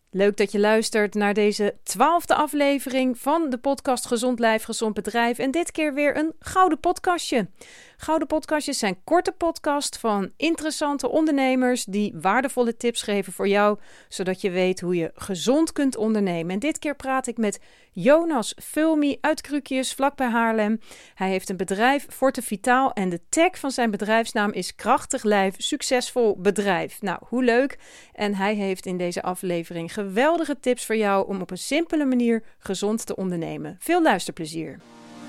Leuk dat je luistert naar deze 12e aflevering van de podcast Gezond Lijf, Gezond Bedrijf. En dit keer weer een gouden podcastje. Gouden podcastjes zijn korte podcasts van interessante ondernemers die waardevolle tips geven voor jou, zodat je weet hoe je gezond kunt ondernemen. En dit keer praat ik met Jonas Fulmy uit Krukius, vlakbij Haarlem. Hij heeft een bedrijf, Forte Vitaal, en de tag van zijn bedrijfsnaam is Krachtig Lijf, Succesvol Bedrijf. Nou, hoe leuk. En hij heeft in deze aflevering geweldige tips voor jou om op een simpele manier gezond te ondernemen. Veel luisterplezier.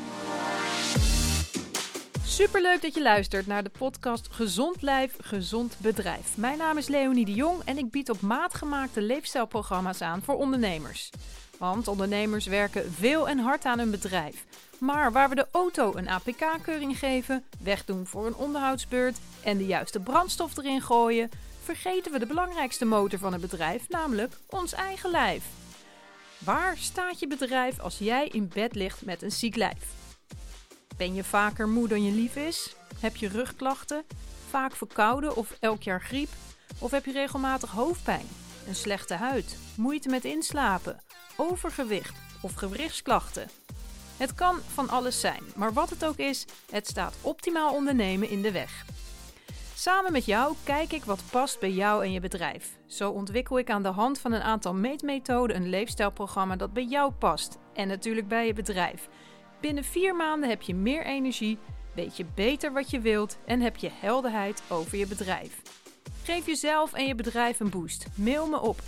Superleuk dat je luistert naar de podcast Gezond Lijf, Gezond Bedrijf. Mijn naam is Leonie de Jong en ik bied op maat gemaakte leefstijlprogramma's aan voor ondernemers. Want ondernemers werken veel en hard aan hun bedrijf. Maar waar we de auto een APK-keuring geven, wegdoen voor een onderhoudsbeurt en de juiste brandstof erin gooien, vergeten we de belangrijkste motor van het bedrijf, namelijk ons eigen lijf. Waar staat je bedrijf als jij in bed ligt met een ziek lijf? Ben je vaker moe dan je lief is? Heb je rugklachten? Vaak verkouden of elk jaar griep? Of heb je regelmatig hoofdpijn? Een slechte huid? Moeite met inslapen? Overgewicht of gewrichtsklachten? Het kan van alles zijn, maar wat het ook is, het staat optimaal ondernemen in de weg. Samen met jou kijk ik wat past bij jou en je bedrijf. Zo ontwikkel ik aan de hand van een aantal meetmethoden een leefstijlprogramma dat bij jou past en natuurlijk bij je bedrijf. Binnen 4 maanden heb je meer energie, weet je beter wat je wilt en heb je helderheid over je bedrijf. Geef jezelf en je bedrijf een boost. Mail me op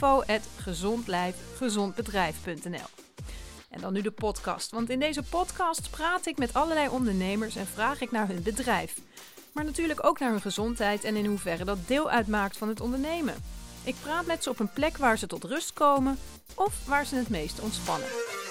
info@gezondlijfgezondbedrijf.nl. En dan nu de podcast, want in deze podcast praat ik met allerlei ondernemers en vraag ik naar hun bedrijf. Maar natuurlijk ook naar hun gezondheid en in hoeverre dat deel uitmaakt van het ondernemen. Ik praat met ze op een plek waar ze tot rust komen of waar ze het meest ontspannen.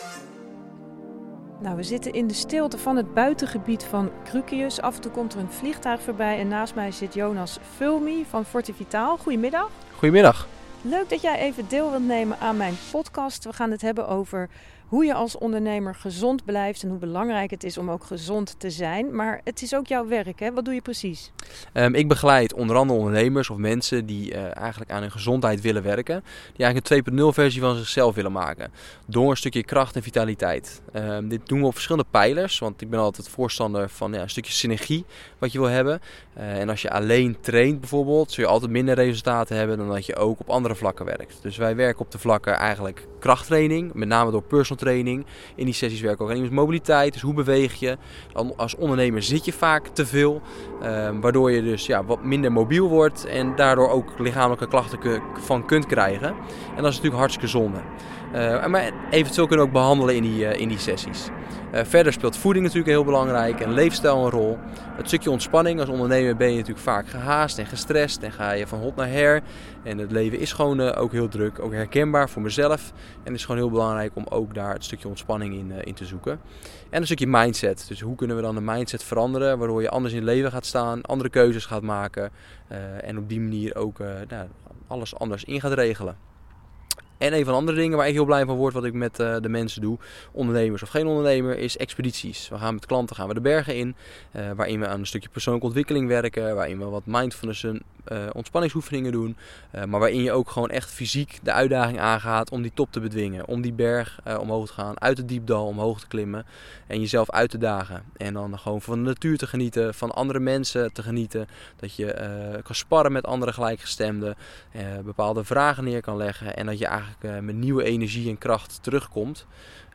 Nou, we zitten in de stilte van het buitengebied van Krukius. Af en toe komt er een vliegtuig voorbij en naast mij zit Jonas Fulmy van Forte Vitaal. Goedemiddag. Goedemiddag. Leuk dat jij even deel wilt nemen aan mijn podcast. We gaan het hebben over hoe je als ondernemer gezond blijft en hoe belangrijk het is om ook gezond te zijn. Maar het is ook jouw werk, hè? Wat doe je precies? Ik begeleid onder andere ondernemers of mensen die eigenlijk aan hun gezondheid willen werken. Die eigenlijk een 2.0 versie van zichzelf willen maken. Door een stukje kracht en vitaliteit. Dit doen we op verschillende pijlers. Want ik ben altijd voorstander van een stukje synergie wat je wil hebben. En als je alleen traint bijvoorbeeld, zul je altijd minder resultaten hebben dan dat je ook op andere vlakken werkt. Dus wij werken op de vlakken eigenlijk krachttraining, met name door personal training. In die sessies werken we ook aan iemands mobiliteit. Dus hoe beweeg je? Als ondernemer zit je vaak te veel. Waardoor je dus wat minder mobiel wordt. En daardoor ook lichamelijke klachten van kunt krijgen. En dat is natuurlijk hartstikke zonde. Maar eventueel kunnen we ook behandelen in die sessies. Verder speelt voeding natuurlijk heel belangrijk en leefstijl een rol. Het stukje ontspanning. Als ondernemer ben je natuurlijk vaak gehaast en gestrest en ga je van hot naar her. En het leven is gewoon ook heel druk, ook herkenbaar voor mezelf. En het is gewoon heel belangrijk om ook daar het stukje ontspanning in te zoeken. En een stukje mindset. Dus hoe kunnen we dan de mindset veranderen, waardoor je anders in het leven gaat staan, andere keuzes gaat maken. En op die manier ook alles anders in gaat regelen. En een van de andere dingen waar ik heel blij van word, wat ik met de mensen doe, ondernemers of geen ondernemer, is expedities. We gaan met klanten de bergen in, waarin we aan een stukje persoonlijke ontwikkeling werken, waarin we wat mindfulness en ontspanningsoefeningen doen, maar waarin je ook gewoon echt fysiek de uitdaging aangaat om die top te bedwingen, om die berg omhoog te gaan, uit het diepdal omhoog te klimmen en jezelf uit te dagen. En dan gewoon van de natuur te genieten, van andere mensen te genieten, dat je kan sparren met andere gelijkgestemden, bepaalde vragen neer kan leggen en dat je eigenlijk met nieuwe energie en kracht terugkomt.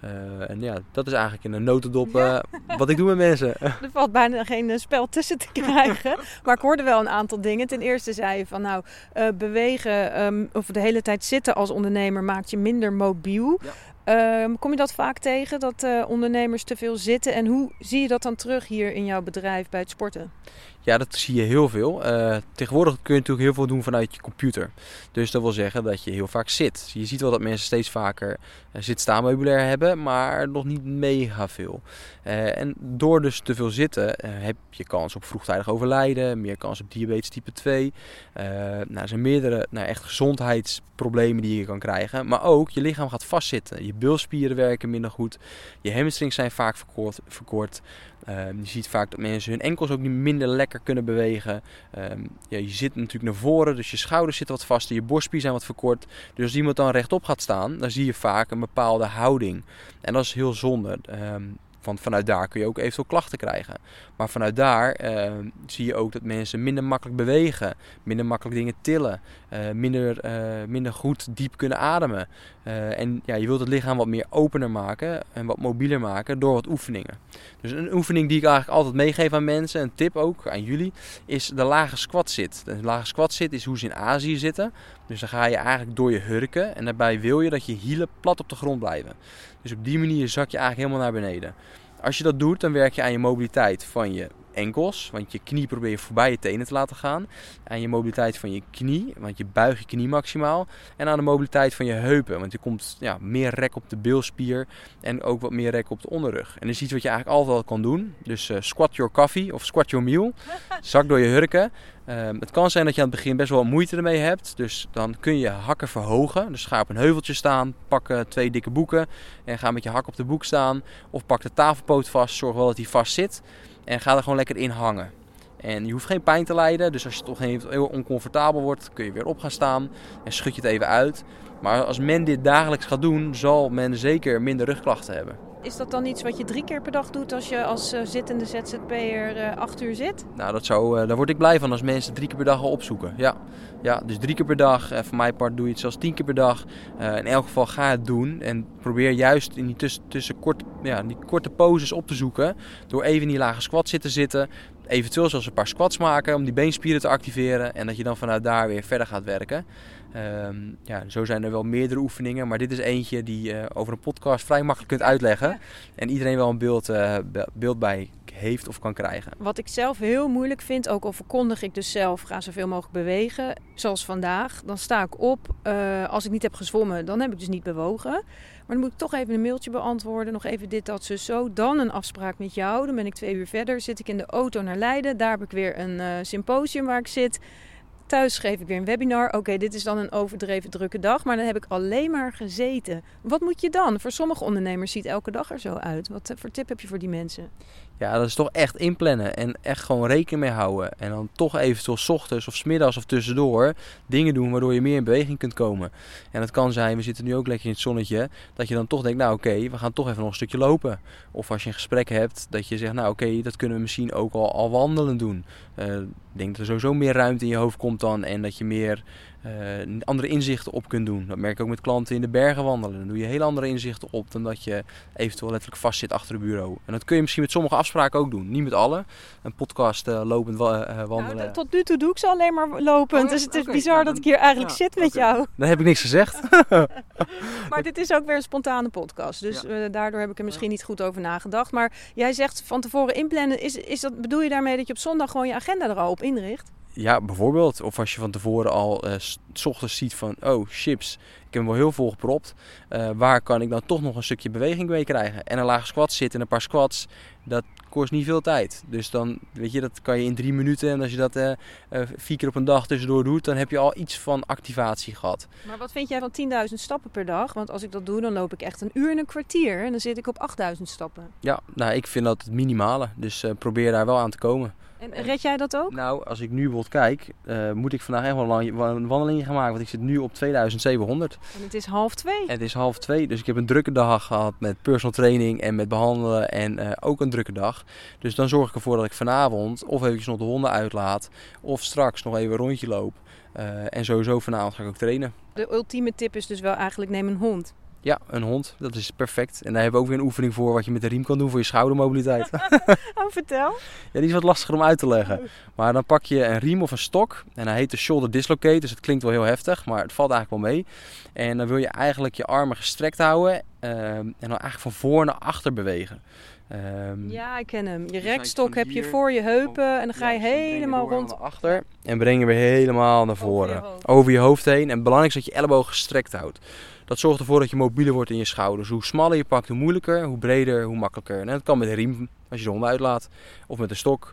En dat is eigenlijk in een notendop wat ik doe met mensen. Er valt bijna geen spel tussen te krijgen. Maar ik hoorde wel een aantal dingen. Ten eerste zei je van bewegen of de hele tijd zitten als ondernemer maakt je minder mobiel. Ja. Kom je dat vaak tegen, dat ondernemers te veel zitten? En hoe zie je dat dan terug hier in jouw bedrijf bij het sporten? Ja, dat zie je heel veel. Tegenwoordig kun je natuurlijk heel veel doen vanuit je computer. Dus dat wil zeggen dat je heel vaak zit. Je ziet wel dat mensen steeds vaker zit-staanmeubilair hebben, maar nog niet mega veel. En door dus te veel zitten heb je kans op vroegtijdig overlijden, meer kans op diabetes type 2. Er zijn meerdere echt gezondheidsproblemen die je kan krijgen. Maar ook je lichaam gaat vastzitten. Je bilspieren werken minder goed. Je hamstrings zijn vaak verkort. Je ziet vaak dat mensen hun enkels ook niet minder lekker kunnen bewegen. Je zit natuurlijk naar voren, dus je schouders zitten wat vaster, je borstspieren zijn wat verkort. Dus als iemand dan rechtop gaat staan, dan zie je vaak een bepaalde houding. En dat is heel zonde. Want vanuit daar kun je ook eventueel klachten krijgen. Maar vanuit daar zie je ook dat mensen minder makkelijk bewegen. Minder makkelijk dingen tillen. Minder goed diep kunnen ademen. En ja, je wilt het lichaam wat meer opener maken. En wat mobieler maken door wat oefeningen. Dus een oefening die ik eigenlijk altijd meegeef aan mensen. Een tip ook aan jullie. Is de lage squat sit. De lage squat sit is hoe ze in Azië zitten. Dus dan ga je eigenlijk door je hurken. En daarbij wil je dat je hielen plat op de grond blijven. Dus op die manier zak je eigenlijk helemaal naar beneden. Als je dat doet, dan werk je aan je mobiliteit van je enkels. Want je knie probeer je voorbij je tenen te laten gaan. Aan je mobiliteit van je knie, want je buigt je knie maximaal. En aan de mobiliteit van je heupen. Want je komt meer rek op de bilspier en ook wat meer rek op de onderrug. En dat is iets wat je eigenlijk altijd al kan doen. Dus squat your coffee of squat your meal. Zak door je hurken. Het kan zijn dat je aan het begin best wel moeite ermee hebt. Dus dan kun je hakken verhogen. Dus ga op een heuveltje staan. Pak 2 dikke boeken. En ga met je hak op de boek staan. Of pak de tafelpoot vast. Zorg wel dat die vast zit. En ga er gewoon lekker in hangen. En je hoeft geen pijn te lijden. Dus als je toch heel oncomfortabel wordt, kun je weer op gaan staan. En schud je het even uit. Maar als men dit dagelijks gaat doen, zal men zeker minder rugklachten hebben. Is dat dan iets wat je 3 keer per dag doet als je als zittende ZZP'er 8 uur zit? Nou, daar word ik blij van als mensen 3 keer per dag al opzoeken. Ja, dus 3 keer per dag. Voor mijn part doe je het zelfs 10 keer per dag. In elk geval ga het doen. En probeer juist in die korte poses op te zoeken. Door even in die lage squat zitten. Eventueel zelfs een paar squats maken om die beenspieren te activeren. En dat je dan vanuit daar weer verder gaat werken. Zo zijn er wel meerdere oefeningen. Maar dit is eentje die je over een podcast vrij makkelijk kunt uitleggen. Ja. En iedereen wel een beeld bij heeft of kan krijgen. Wat ik zelf heel moeilijk vind, ook al verkondig ik dus zelf, ga zoveel mogelijk bewegen. Zoals vandaag, dan sta ik op. Als ik niet heb gezwommen, dan heb ik dus niet bewogen. Maar dan moet ik toch even een mailtje beantwoorden. Nog even dit, dat, zo. Dan een afspraak met jou. Dan ben ik 2 uur verder. Zit ik in de auto naar Leiden. Daar heb ik weer een symposium waar ik zit. Thuis geef ik weer een webinar. Oké, dit is dan een overdreven drukke dag. Maar dan heb ik alleen maar gezeten. Wat moet je dan? Voor sommige ondernemers ziet elke dag er zo uit. Wat voor tip heb je voor die mensen? Ja, dat is toch echt inplannen. En echt gewoon rekening mee houden. En dan toch eventueel 's ochtends of 's middags of tussendoor dingen doen waardoor je meer in beweging kunt komen. En het kan zijn, we zitten nu ook lekker in het zonnetje, dat je dan toch denkt, we gaan toch even nog een stukje lopen. Of als je een gesprek hebt, dat je zegt, dat kunnen we misschien ook al wandelen doen. Ik denk dat er sowieso meer ruimte in je hoofd komt dan en dat je meer andere inzichten op kunt doen. Dat merk ik ook met klanten in de bergen wandelen. Dan doe je hele andere inzichten op dan dat je eventueel letterlijk vast zit achter het bureau. En dat kun je misschien met sommige afspraken ook doen. Niet met alle. Een podcast lopend wandelen. Nou, tot nu toe doe ik ze alleen maar lopend. Dus het is bizar dat ik hier eigenlijk zit met jou. Dan heb ik niks gezegd. Maar dit is ook weer een spontane podcast. Dus daardoor heb ik er misschien niet goed over nagedacht. Maar jij zegt van tevoren inplannen. Bedoel je daarmee dat je op zondag gewoon je agenda er al op inricht? Ja, bijvoorbeeld. Of als je van tevoren al 's ochtends ziet van, chips, ik heb hem wel heel vol gepropt. Waar kan ik dan toch nog een stukje beweging mee krijgen? En een lage squat zit en een paar squats, dat kost niet veel tijd. Dus dan, dat kan je in 3 minuten. En als je dat 4 keer op een dag tussendoor doet, dan heb je al iets van activatie gehad. Maar wat vind jij van 10.000 stappen per dag? Want als ik dat doe, dan loop ik echt 1 uur en een kwartier. En dan zit ik op 8.000 stappen. Ja, ik vind dat het minimale. Dus probeer daar wel aan te komen. En red jij dat ook? Nou, als ik nu bijvoorbeeld kijk, moet ik vandaag echt wel een wandeling gaan maken. Want ik zit nu op 2700. En het is 1:30. Het is 1:30, dus ik heb een drukke dag gehad met personal training en met behandelen en ook een drukke dag. Dus dan zorg ik ervoor dat ik vanavond of eventjes nog de honden uitlaat of straks nog even een rondje loop. En sowieso vanavond ga ik ook trainen. De ultieme tip is dus wel eigenlijk neem een hond. Ja, een hond. Dat is perfect. En daar hebben we ook weer een oefening voor wat je met de riem kan doen voor je schoudermobiliteit. Vertel. Ja, die is wat lastiger om uit te leggen. Maar dan pak je een riem of een stok. En hij heet de shoulder dislocate. Dus het klinkt wel heel heftig, maar het valt eigenlijk wel mee. En dan wil je eigenlijk je armen gestrekt houden. En dan eigenlijk van voor naar achter bewegen. Ja, ik ken hem. Je rekstok heb je voor je heupen. En dan ga je helemaal rond. Naar achter. En breng je weer helemaal naar voren. Over je hoofd heen. En het belangrijkste is dat je elleboog gestrekt houdt. Dat zorgt ervoor dat je mobieler wordt in je schouders. Hoe smaller je pakt, hoe moeilijker. Hoe breder, hoe makkelijker. En dat kan met een riem, als je de hond uitlaat. Of met een stok.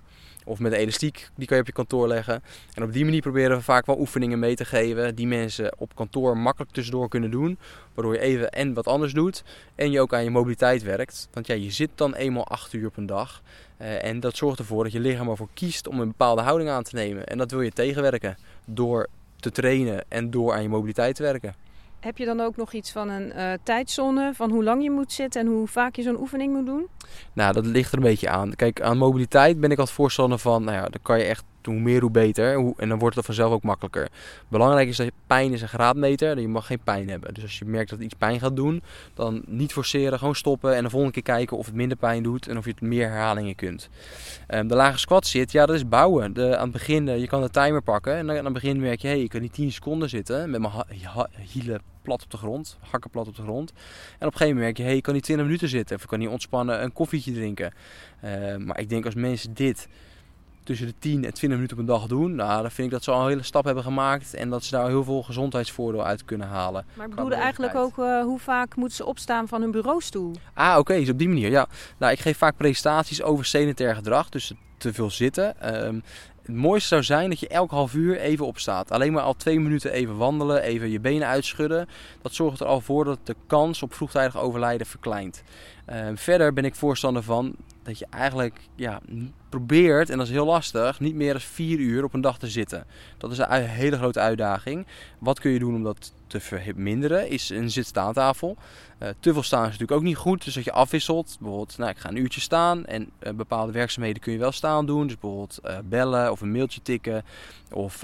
Of met een elastiek, die kan je op je kantoor leggen. En op die manier proberen we vaak wel oefeningen mee te geven die mensen op kantoor makkelijk tussendoor kunnen doen. Waardoor je even en wat anders doet en je ook aan je mobiliteit werkt. Want ja, je zit dan eenmaal 8 uur op een dag. En dat zorgt ervoor dat je lichaam ervoor kiest om een bepaalde houding aan te nemen. En dat wil je tegenwerken door te trainen en door aan je mobiliteit te werken. Heb je dan ook nog iets van een tijdzone van hoe lang je moet zitten en hoe vaak je zo'n oefening moet doen? Nou, dat ligt er een beetje aan. Kijk, aan mobiliteit ben ik altijd voorstander van, nou ja, dan kan je echt hoe meer hoe beter. En dan wordt het vanzelf ook makkelijker. Belangrijk is dat pijn is een graadmeter. Je mag geen pijn hebben. Dus als je merkt dat iets pijn gaat doen, dan niet forceren, gewoon stoppen en de volgende keer kijken of het minder pijn doet en of je het meer herhalingen kunt. De lage squat zit, ja, dat is bouwen. Aan het begin, je kan de timer pakken en dan aan het begin merk je, ik kan niet 10 seconden zitten met mijn hielen plat op de grond, hakken plat op de grond. En op een gegeven moment merk je, ik kan niet 20 minuten zitten of ik kan niet ontspannen een koffietje drinken. Maar ik denk als mensen dit tussen de 10 en 20 minuten op een dag doen, nou, dan vind ik dat ze al een hele stap hebben gemaakt en dat ze daar heel veel gezondheidsvoordeel uit kunnen halen. Maar ik bedoelde eigenlijk ook, hoe vaak moeten ze opstaan van hun bureaustoel? Oké, dus op die manier, ja. Nou, ik geef vaak presentaties over sedentair gedrag, dus te veel zitten. Het mooiste zou zijn dat je elk half uur even opstaat. Alleen maar al 2 minuten even wandelen, even je benen uitschudden. Dat zorgt er al voor dat de kans op vroegtijdig overlijden verkleint. Verder ben ik voorstander van dat je eigenlijk probeert, en dat is heel lastig, niet meer dan 4 uur op een dag te zitten. Dat is een hele grote uitdaging. Wat kun je doen om dat te verminderen? Is een zit-staantafel. Te veel staan is natuurlijk ook niet goed, dus dat je afwisselt. Bijvoorbeeld, ik ga een uurtje staan en bepaalde werkzaamheden kun je wel staan doen. Dus bijvoorbeeld bellen of een mailtje tikken of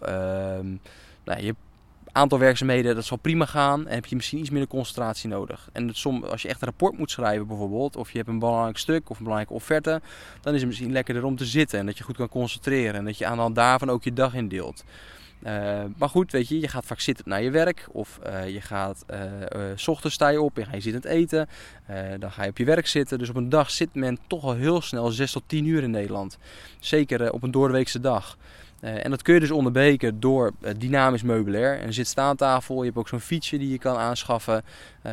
je aantal werkzaamheden, dat zal prima gaan en heb je misschien iets minder concentratie nodig. En als je echt een rapport moet schrijven bijvoorbeeld, of je hebt een belangrijk stuk of een belangrijke offerte, dan is het misschien lekkerder om te zitten en dat je goed kan concentreren en dat je aan de hand daarvan ook je dag indeelt. Maar goed, weet je gaat vaak zitten naar je werk of je gaat 's ochtends sta je op en ga je zittend eten. Dan ga je op je werk zitten. Dus op een dag zit men toch al heel snel 6 tot 10 uur in Nederland. Zeker op een doordeweekse dag. En dat kun je dus onderbreken door dynamisch meubilair. Een zit-staantafel, je hebt ook zo'n fietsje die je kan aanschaffen.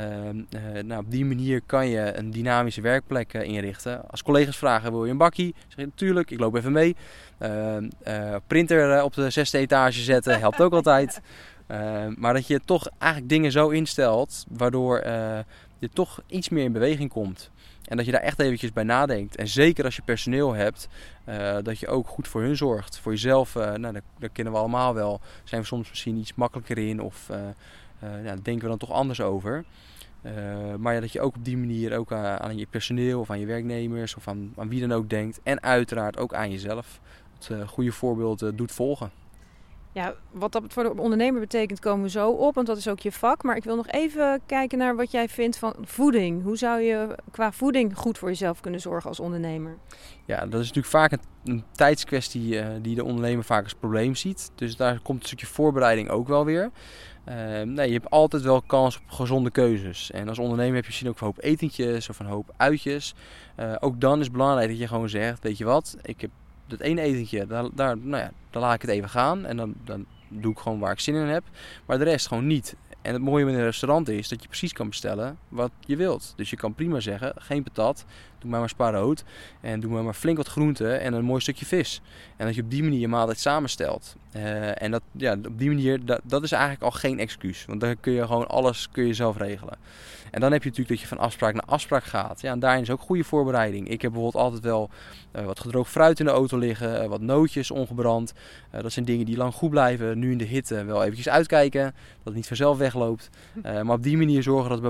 Op die manier kan je een dynamische werkplek inrichten. Als collega's vragen, wil je een bakkie? Zeg je natuurlijk, ik loop even mee. Printer op de 6e etage zetten, helpt ook altijd. Maar dat je toch eigenlijk dingen zo instelt, waardoor je toch iets meer in beweging komt. En dat je daar echt eventjes bij nadenkt. En zeker als je personeel hebt, dat je ook goed voor hun zorgt. Voor jezelf, dat kennen we allemaal wel. Zijn we soms misschien iets makkelijker in of daar denken we dan toch anders over. Maar dat je ook op die manier ook aan je personeel of aan je werknemers of aan wie dan ook denkt. En uiteraard ook aan jezelf. Het goede voorbeeld doet volgen. Ja, wat dat voor de ondernemer betekent komen we zo op, want dat is ook je vak. Maar ik wil nog even kijken naar wat jij vindt van voeding. Hoe zou je qua voeding goed voor jezelf kunnen zorgen als ondernemer? Ja, dat is natuurlijk vaak een tijdskwestie die de ondernemer vaak als probleem ziet. Dus daar komt een stukje voorbereiding ook wel weer. Je hebt altijd wel kans op gezonde keuzes. En als ondernemer heb je misschien ook een hoop etentjes of een hoop uitjes. Ook dan is het belangrijk dat je gewoon zegt, weet je wat, ik heb dat ene etentje, daar laat ik het even gaan. En dan doe ik gewoon waar ik zin in heb. Maar de rest gewoon niet. En het mooie met een restaurant is dat je precies kan bestellen wat je wilt. Dus je kan prima zeggen, geen patat, doe maar spaarrood. En doe maar flink wat groenten en een mooi stukje vis. En dat je op die manier je maaltijd samenstelt. En op die manier, dat is eigenlijk al geen excuus. Want dan kun je gewoon alles zelf regelen. En dan heb je natuurlijk dat je van afspraak naar afspraak gaat. Ja, en daarin is ook goede voorbereiding. Ik heb bijvoorbeeld altijd wel wat gedroogd fruit in de auto liggen. Wat nootjes ongebrand. Dat zijn dingen die lang goed blijven. Nu in de hitte wel eventjes uitkijken. Dat het niet vanzelf wegloopt. Maar op die manier zorgen dat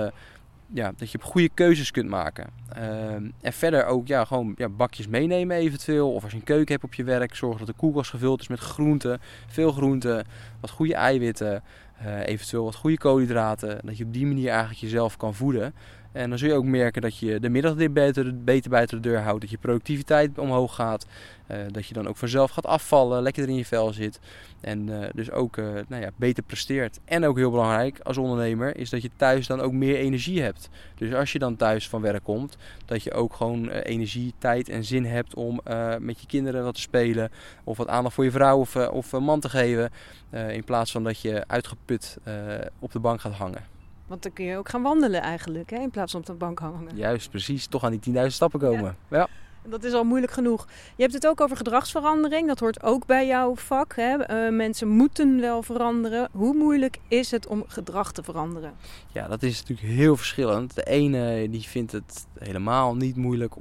dat je goede keuzes kunt maken. En verder ook gewoon bakjes meenemen eventueel. Of als je een keuken hebt op je werk, zorg dat de koelkast gevuld is met groenten. Veel groenten, wat goede eiwitten. Eventueel wat goede koolhydraten. Dat je op die manier eigenlijk jezelf kan voeden. En dan zul je ook merken dat je de middagdip beter buiten de deur houdt. Dat je productiviteit omhoog gaat. Dat je dan ook vanzelf gaat afvallen. Lekkerder in je vel zit. En dus ook beter presteert. En ook heel belangrijk als ondernemer is dat je thuis dan ook meer energie hebt. Dus als je dan thuis van werk komt. Dat je ook gewoon energie, tijd en zin hebt om met je kinderen wat te spelen. Of wat aandacht voor je vrouw of man te geven. In plaats van dat je uitgeput op de bank gaat hangen. Want dan kun je ook gaan wandelen eigenlijk, hè, in plaats van op de bank hangen. Juist, precies. Toch aan die 10.000 stappen komen. Ja. Dat is al moeilijk genoeg. Je hebt het ook over gedragsverandering. Dat hoort ook bij jouw vak. Hè? Mensen moeten wel veranderen. Hoe moeilijk is het om gedrag te veranderen? Ja, dat is natuurlijk heel verschillend. De ene die vindt het helemaal niet moeilijk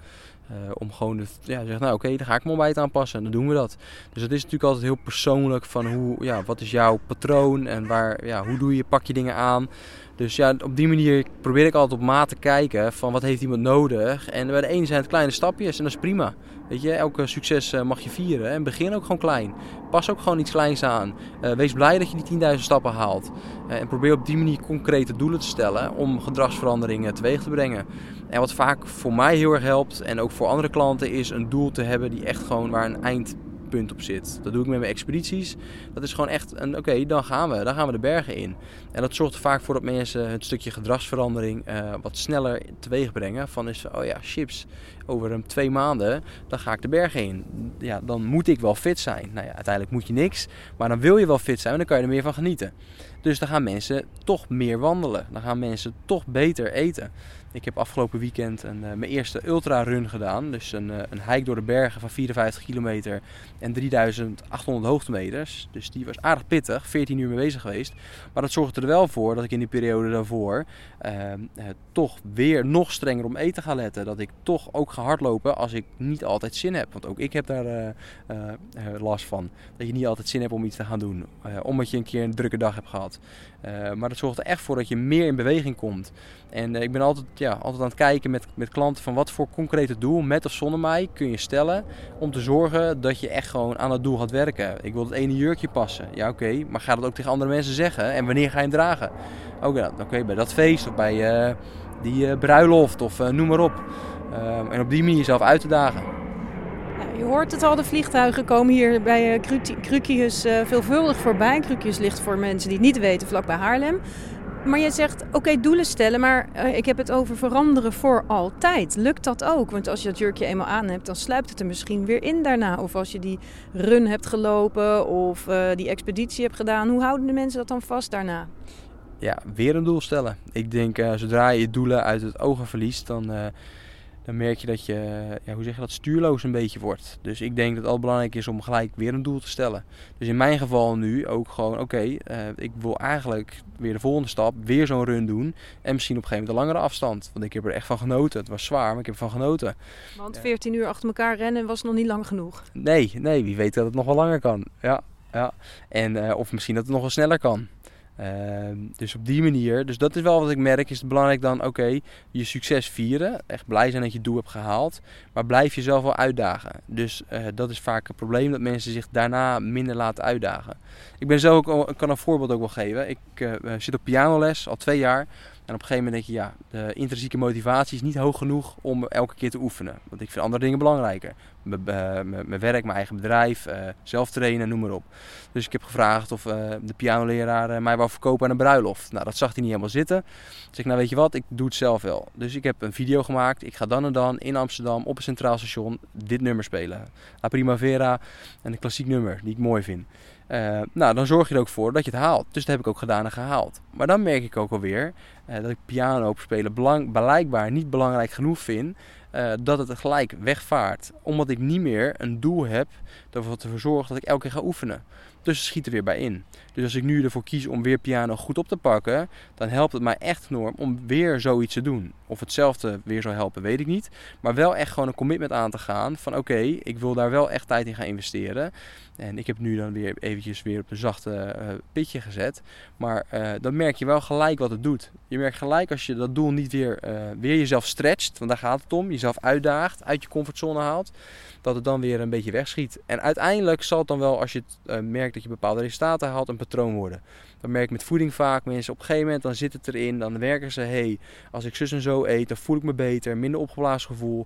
om gewoon zegt, nou oké, dan ga ik mijn ontbijt aanpassen en dan doen we dat. Dus het is natuurlijk altijd heel persoonlijk van wat is jouw patroon en hoe pak je dingen aan. Dus ja, op die manier probeer ik altijd op maat te kijken van wat heeft iemand nodig. En bij de ene zijn het kleine stapjes en dat is prima. Weet je, elke succes mag je vieren en begin ook gewoon klein. Pas ook gewoon iets kleins aan. Wees blij dat je die 10.000 stappen haalt. En probeer op die manier concrete doelen te stellen om gedragsveranderingen teweeg te brengen. En wat vaak voor mij heel erg helpt en ook voor andere klanten is een doel te hebben die echt gewoon waar een eindpunt op zit. Dat doe ik met mijn expedities. Dat is gewoon echt dan gaan we de bergen in. En dat zorgt er vaak voor dat mensen het stukje gedragsverandering wat sneller teweeg brengen. Chips, over 2 maanden, dan ga ik de bergen in. Ja, dan moet ik wel fit zijn. Nou ja, uiteindelijk moet je niks, maar dan wil je wel fit zijn en dan kan je er meer van genieten. Dus dan gaan mensen toch meer wandelen. Dan gaan mensen toch beter eten. Ik heb afgelopen weekend mijn eerste ultrarun gedaan. Dus een hike door de bergen van 54 kilometer en 3800 hoogtemeters. Dus die was aardig pittig, 14 uur mee bezig geweest. Maar dat zorgde er wel voor dat ik in die periode daarvoor toch weer nog strenger om eten ga letten. Dat ik toch ook ga hardlopen als ik niet altijd zin heb. Want ook ik heb daar last van. Dat je niet altijd zin hebt om iets te gaan doen. Omdat je een keer een drukke dag hebt gehad. Maar dat zorgt er echt voor dat je meer in beweging komt. En ik ben altijd aan het kijken met klanten van wat voor concrete doel, met of zonder mij, kun je stellen om te zorgen dat je echt gewoon aan het doel gaat werken. Ik wil het ene jurkje passen. Ja, oké, maar ga dat ook tegen andere mensen zeggen? En wanneer ga je hem dragen? Oké, bij dat feest of bij die bruiloft of noem maar op. En op die manier jezelf uit te dagen. Je hoort het al, de vliegtuigen komen hier bij Cruquius veelvuldig voorbij. Cruquius ligt voor mensen die het niet weten vlakbij Haarlem. Maar je zegt, doelen stellen, maar ik heb het over veranderen voor altijd. Lukt dat ook? Want als je dat jurkje eenmaal aan hebt, dan sluipt het er misschien weer in daarna. Of als je die run hebt gelopen of die expeditie hebt gedaan. Hoe houden de mensen dat dan vast daarna? Ja, weer een doel stellen. Ik denk, zodra je je doelen uit het ogen verliest, dan merk je dat je, stuurloos een beetje wordt. Dus ik denk dat het al belangrijk is om gelijk weer een doel te stellen. Dus in mijn geval nu ook gewoon, ik wil eigenlijk weer de volgende stap, weer zo'n run doen. En misschien op een gegeven moment een langere afstand. Want ik heb er echt van genoten. Het was zwaar, maar ik heb ervan genoten. Want 14 uur achter elkaar rennen was nog niet lang genoeg. Nee, wie weet dat het nog wel langer kan. Ja. En of misschien dat het nog wel sneller kan. Dus op die manier, dus dat is wel wat ik merk, is het belangrijk dan, je succes vieren, echt blij zijn dat je het doel hebt gehaald, maar blijf jezelf wel uitdagen. Dus dat is vaak het probleem, dat mensen zich daarna minder laten uitdagen. Ik ben zelf ook, ik kan een voorbeeld ook wel geven, ik zit op pianoles al 2 jaar. En op een gegeven moment denk je, de intrinsieke motivatie is niet hoog genoeg om elke keer te oefenen. Want ik vind andere dingen belangrijker. Mijn werk, mijn eigen bedrijf, zelf trainen, noem maar op. Dus ik heb gevraagd of de pianoleraar mij wou verkopen aan een bruiloft. Nou, dat zag hij niet helemaal zitten. Dus ik weet je wat, ik doe het zelf wel. Dus ik heb een video gemaakt. Ik ga dan en dan in Amsterdam op een centraal station dit nummer spelen. La Primavera, een klassiek nummer die ik mooi vind. Dan zorg je er ook voor dat je het haalt. Dus dat heb ik ook gedaan en gehaald. Maar dan merk ik ook alweer dat ik piano op spelen blijkbaar niet belangrijk genoeg vind. Dat het gelijk wegvaart. Omdat ik niet meer een doel heb dat ervoor zorgt dat ik elke keer ga oefenen. Dus het schiet er weer bij in. Dus als ik nu ervoor kies om weer piano goed op te pakken, dan helpt het mij echt enorm om weer zoiets te doen. Of hetzelfde weer zou helpen, weet ik niet. Maar wel echt gewoon een commitment aan te gaan van ik wil daar wel echt tijd in gaan investeren. En ik heb nu dan weer eventjes weer op een zachte pitje gezet. Maar dan merk je wel gelijk wat het doet. Je merkt gelijk als je dat doel niet weer jezelf stretcht, want daar gaat het om, jezelf uitdaagt, uit je comfortzone haalt, dat het dan weer een beetje wegschiet. En uiteindelijk zal het dan wel, als je het merkt dat je bepaalde resultaten haalt, een patroon worden. Dat merk ik met voeding vaak. Mensen op een gegeven moment, dan zit het erin, dan werken ze, als ik zus en zo eet, dan voel ik me beter, minder opgeblazen gevoel.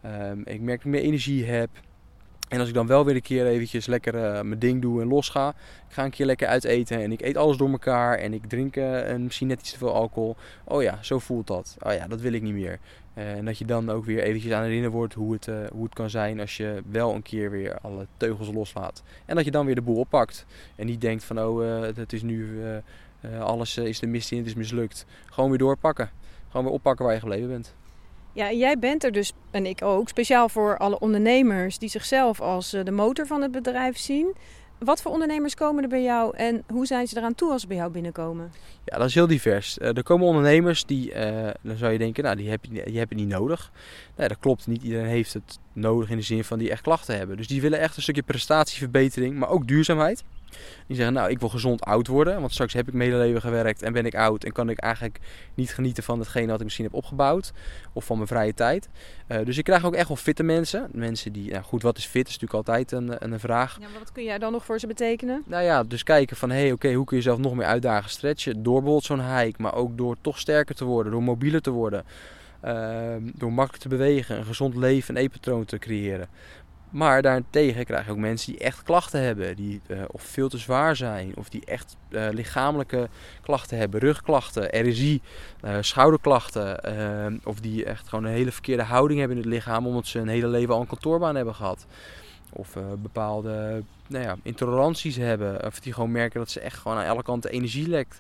Ik merk dat ik meer energie heb. En als ik dan wel weer een keer eventjes lekker mijn ding doe en los ga. Ik ga een keer lekker uit eten en ik eet alles door elkaar. En ik drink misschien net iets te veel alcohol. Oh ja, zo voelt dat. Oh ja, dat wil ik niet meer. En dat je dan ook weer eventjes aan herinnerd wordt hoe het kan zijn als je wel een keer weer alle teugels loslaat. En dat je dan weer de boel oppakt. En niet denkt van het is nu alles is de mist in, het is mislukt. Gewoon weer doorpakken. Gewoon weer oppakken waar je gebleven bent. Ja, en jij bent er dus, en ik ook, speciaal voor alle ondernemers die zichzelf als de motor van het bedrijf zien. Wat voor ondernemers komen er bij jou en hoe zijn ze eraan toe als ze bij jou binnenkomen? Ja, dat is heel divers. Er komen ondernemers die, dan zou je denken, nou, die heb je niet nodig. Nee, dat klopt. Niet iedereen heeft het nodig in de zin van die echt klachten hebben. Dus die willen echt een stukje prestatieverbetering, maar ook duurzaamheid. Die zeggen, nou, ik wil gezond oud worden, want straks heb ik mijn hele leven gewerkt en ben ik oud en kan ik eigenlijk niet genieten van hetgene wat ik misschien heb opgebouwd of van mijn vrije tijd. Dus ik krijg ook echt wel fitte mensen. Mensen die, nou goed, wat is fit is natuurlijk altijd een vraag. Ja, maar wat kun jij dan nog voor ze betekenen? Nou ja, dus kijken van, hoe kun je jezelf nog meer uitdagen, stretchen, door bijvoorbeeld zo'n hike, maar ook door toch sterker te worden, door mobieler te worden, door makkelijk te bewegen, een gezond leven en eetpatroon te creëren. Maar daarentegen krijg je ook mensen die echt klachten hebben, die of veel te zwaar zijn, of die echt lichamelijke klachten hebben, rugklachten, RSI, schouderklachten, of die echt gewoon een hele verkeerde houding hebben in het lichaam omdat ze een hele leven al een kantoorbaan hebben gehad. Of bepaalde intoleranties hebben, of die gewoon merken dat ze echt gewoon aan alle kanten energie lekt.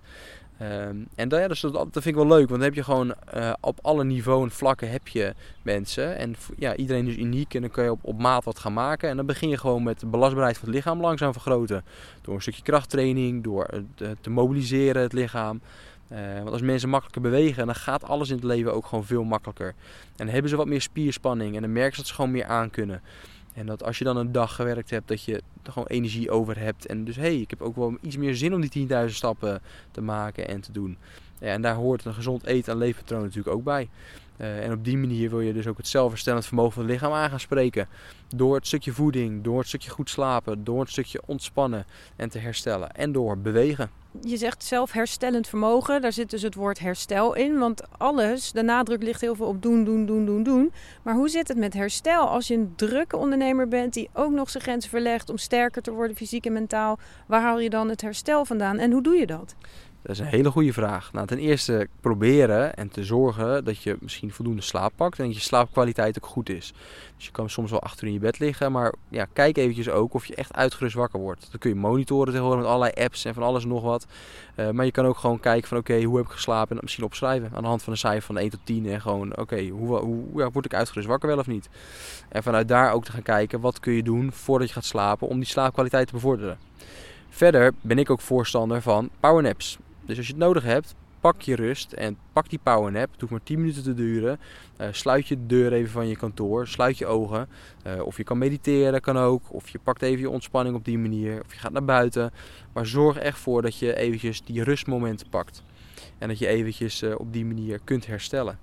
En dus dat vind ik wel leuk, want dan heb je gewoon op alle niveaus en vlakken heb je mensen. En ja, iedereen is uniek en dan kun je op maat wat gaan maken. En dan begin je gewoon met de belastbaarheid van het lichaam langzaam vergroten. Door een stukje krachttraining, door te mobiliseren het lichaam. Want als mensen makkelijker bewegen, dan gaat alles in het leven ook gewoon veel makkelijker. En dan hebben ze wat meer spierspanning en dan merken ze dat ze gewoon meer aan kunnen. En dat als je dan een dag gewerkt hebt, dat je er gewoon energie over hebt. En dus ik heb ook wel iets meer zin om die 10.000 stappen te maken en te doen. Ja, en daar hoort een gezond eten- en leefpatroon natuurlijk ook bij. En op die manier wil je dus ook het zelfherstellend vermogen van het lichaam aan gaan spreken. Door het stukje voeding, door het stukje goed slapen, door het stukje ontspannen en te herstellen. En door bewegen. Je zegt zelfherstellend vermogen, daar zit dus het woord herstel in. Want alles, de nadruk ligt heel veel op doen. Maar hoe zit het met herstel als je een drukke ondernemer bent die ook nog zijn grenzen verlegt om sterker te worden fysiek en mentaal? Waar haal je dan het herstel vandaan en hoe doe je dat? Dat is een hele goede vraag. Nou, ten eerste proberen en te zorgen dat je misschien voldoende slaap pakt en dat je slaapkwaliteit ook goed is. Dus je kan soms wel achter in je bed liggen, maar ja, kijk eventjes ook of je echt uitgerust wakker wordt. Dan kun je monitoren tegenwoordig met allerlei apps en van alles en nog wat. Maar je kan ook gewoon kijken van hoe heb ik geslapen en dat misschien opschrijven aan de hand van een cijfer van 1 tot 10 en gewoon hoe word ik uitgerust wakker wel of niet. En vanuit daar ook te gaan kijken wat kun je doen voordat je gaat slapen om die slaapkwaliteit te bevorderen. Verder ben ik ook voorstander van powernaps. Dus als je het nodig hebt, pak je rust en pak die powernap. Het hoeft maar 10 minuten te duren. Sluit je de deur even van je kantoor. Sluit je ogen. Of je kan mediteren, kan ook. Of je pakt even je ontspanning op die manier. Of je gaat naar buiten. Maar zorg echt voor dat je eventjes die rustmomenten pakt. En dat je eventjes op die manier kunt herstellen.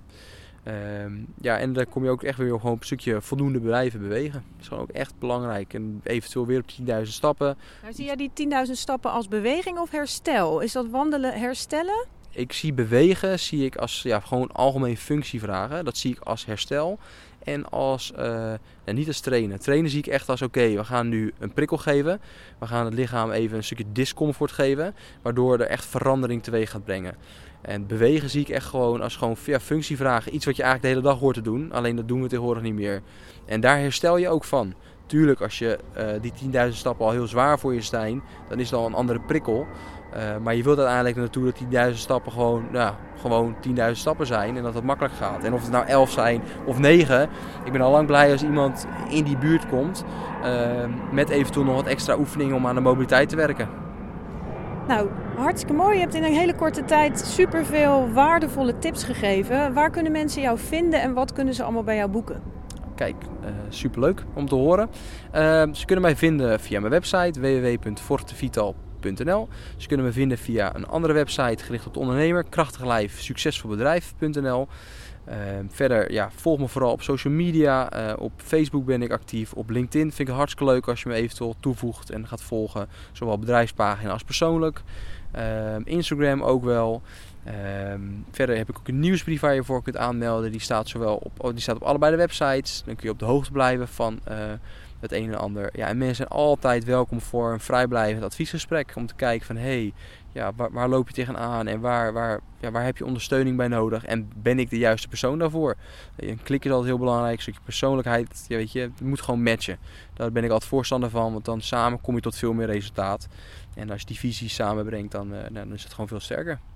En dan kom je ook echt weer gewoon op een stukje voldoende blijven bewegen. Dat is gewoon ook echt belangrijk. En eventueel weer op 10.000 stappen. Nou, zie jij die 10.000 stappen als beweging of herstel? Is dat wandelen herstellen? Ik zie bewegen als gewoon algemeen functievragen. Dat zie ik als herstel. En als, niet als trainen. Trainen zie ik echt als we gaan nu een prikkel geven. We gaan het lichaam even een stukje discomfort geven. Waardoor er echt verandering teweeg gaat brengen. En bewegen zie ik echt gewoon als functievragen. Iets wat je eigenlijk de hele dag hoort te doen. Alleen dat doen we tegenwoordig niet meer. En daar herstel je ook van. Tuurlijk, als je die 10.000 stappen al heel zwaar voor je zijn, dan is het al een andere prikkel. Maar je wilt uiteindelijk naartoe dat 10.000 stappen gewoon 10.000 stappen zijn en dat het makkelijk gaat. En of het nou 11 zijn of 9, ik ben al lang blij als iemand in die buurt komt met eventueel nog wat extra oefeningen om aan de mobiliteit te werken. Nou, hartstikke mooi. Je hebt in een hele korte tijd superveel waardevolle tips gegeven. Waar kunnen mensen jou vinden en wat kunnen ze allemaal bij jou boeken? Kijk, superleuk om te horen. Ze kunnen mij vinden via mijn website www.fortevital.nl. Ze kunnen me vinden via een andere website gericht op de ondernemer, krachtiglijfsuccesvolbedrijf.nl. Verder, volg me vooral op social media. Op Facebook ben ik actief. Op LinkedIn vind ik het hartstikke leuk als je me eventueel toevoegt en gaat volgen. Zowel bedrijfspagina als persoonlijk. Instagram ook wel. Verder heb ik ook een nieuwsbrief waar je voor kunt aanmelden. Die staat op allebei de websites. Dan kun je op de hoogte blijven van het een en ander. Ja, en mensen zijn altijd welkom voor een vrijblijvend adviesgesprek. Om te kijken van waar loop je tegenaan en waar heb je ondersteuning bij nodig? En ben ik de juiste persoon daarvoor? Een klik is altijd heel belangrijk. Een stukje persoonlijkheid, het moet gewoon matchen. Daar ben ik altijd voorstander van, want dan samen kom je tot veel meer resultaat. En als je die visie samenbrengt, dan is het gewoon veel sterker. Ja.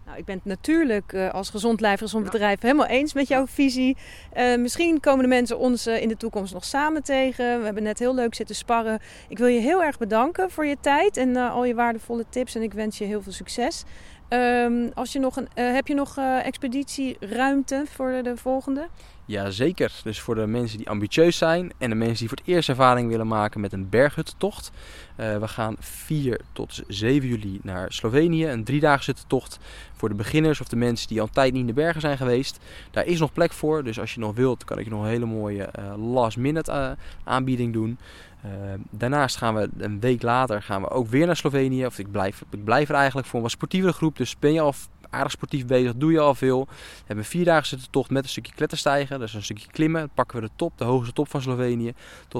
Nou, ik ben het natuurlijk als gezond lijf, gezond bedrijf helemaal eens met jouw visie. Misschien komen de mensen ons in de toekomst nog samen tegen. We hebben net heel leuk zitten sparren. Ik wil je heel erg bedanken voor je tijd en al je waardevolle tips. En ik wens je heel veel succes. Heb je nog expeditieruimte voor de volgende? Ja, zeker. Dus voor de mensen die ambitieus zijn en de mensen die voor het eerst ervaring willen maken met een berghuttentocht. We gaan 4 tot 7 juli naar Slovenië. Een 3-daagse tocht voor de beginners of de mensen die al een tijd niet in de bergen zijn geweest. Daar is nog plek voor. Dus als je nog wilt, kan ik je nog een hele mooie last minute aanbieding doen. Daarnaast gaan we een week later ook weer naar Slovenië. Of ik blijf er eigenlijk voor een wat sportievere groep. Dus ben je al aardig sportief bezig, doe je al veel. We hebben een 4-daagse tocht met een stukje kletterstijgen. Dus een stukje klimmen. Dan pakken we de hoogste top van Slovenië tot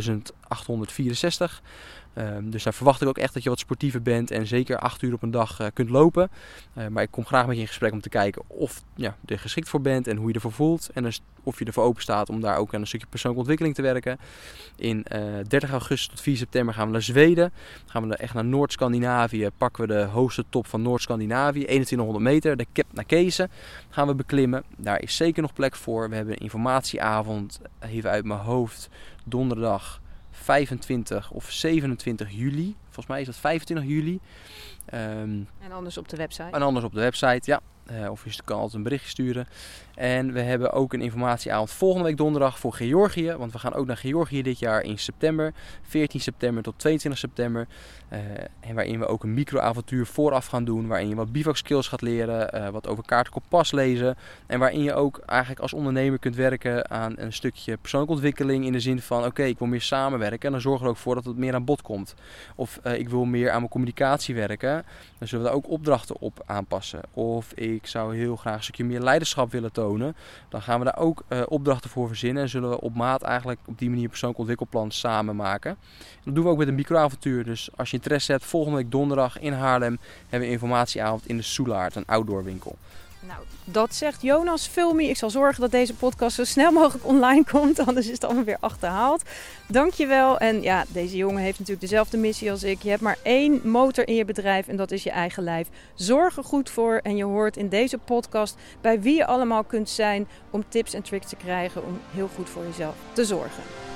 2864. Dus daar verwacht ik ook echt dat je wat sportiever bent en zeker 8 uur op een dag kunt lopen. Maar ik kom graag met je in gesprek om te kijken of je er geschikt voor bent en hoe je ervoor voelt. En dus of je ervoor open staat om daar ook aan een stukje persoonlijke ontwikkeling te werken. In 30 augustus tot 4 september gaan we naar Zweden. Gaan we echt naar Noord-Scandinavië. Pakken we de hoogste top van Noord-Scandinavië, 2100 meter. De Kebnekaise gaan we beklimmen. Daar is zeker nog plek voor. We hebben een informatieavond, even uit mijn hoofd, donderdag 25 of 27 juli. Volgens mij is dat 25 juli. En anders op de website. En anders op de website, ja. Of je kan altijd een berichtje sturen. En we hebben ook een informatieavond volgende week donderdag voor Georgië. Want we gaan ook naar Georgië dit jaar in september. 14 september tot 22 september. En waarin we ook een microavontuur vooraf gaan doen. Waarin je wat bivak skills gaat leren. Wat over kaart en kompas lezen. En waarin je ook eigenlijk als ondernemer kunt werken aan een stukje persoonlijke ontwikkeling. In de zin van oké, ik wil meer samenwerken. En dan zorg er ook voor dat het meer aan bod komt. Of ik wil meer aan mijn communicatie werken. Dan zullen we daar ook opdrachten op aanpassen. Of ik zou heel graag een stukje meer leiderschap willen tonen. Dan gaan we daar ook opdrachten voor verzinnen. En zullen we op maat eigenlijk op die manier een persoonlijk ontwikkelplan samen maken. En dat doen we ook met een microavontuur. Dus als je interesse hebt, volgende week donderdag in Haarlem hebben we een informatieavond in de Soelaard, een outdoor winkel. Nou, dat zegt Jonas Vulmi. Ik zal zorgen dat deze podcast zo snel mogelijk online komt. Anders is het allemaal weer achterhaald. Dankjewel. En ja, deze jongen heeft natuurlijk dezelfde missie als ik. Je hebt maar 1 motor in je bedrijf en dat is je eigen lijf. Zorg er goed voor. En je hoort in deze podcast bij wie je allemaal kunt zijn om tips en tricks te krijgen om heel goed voor jezelf te zorgen.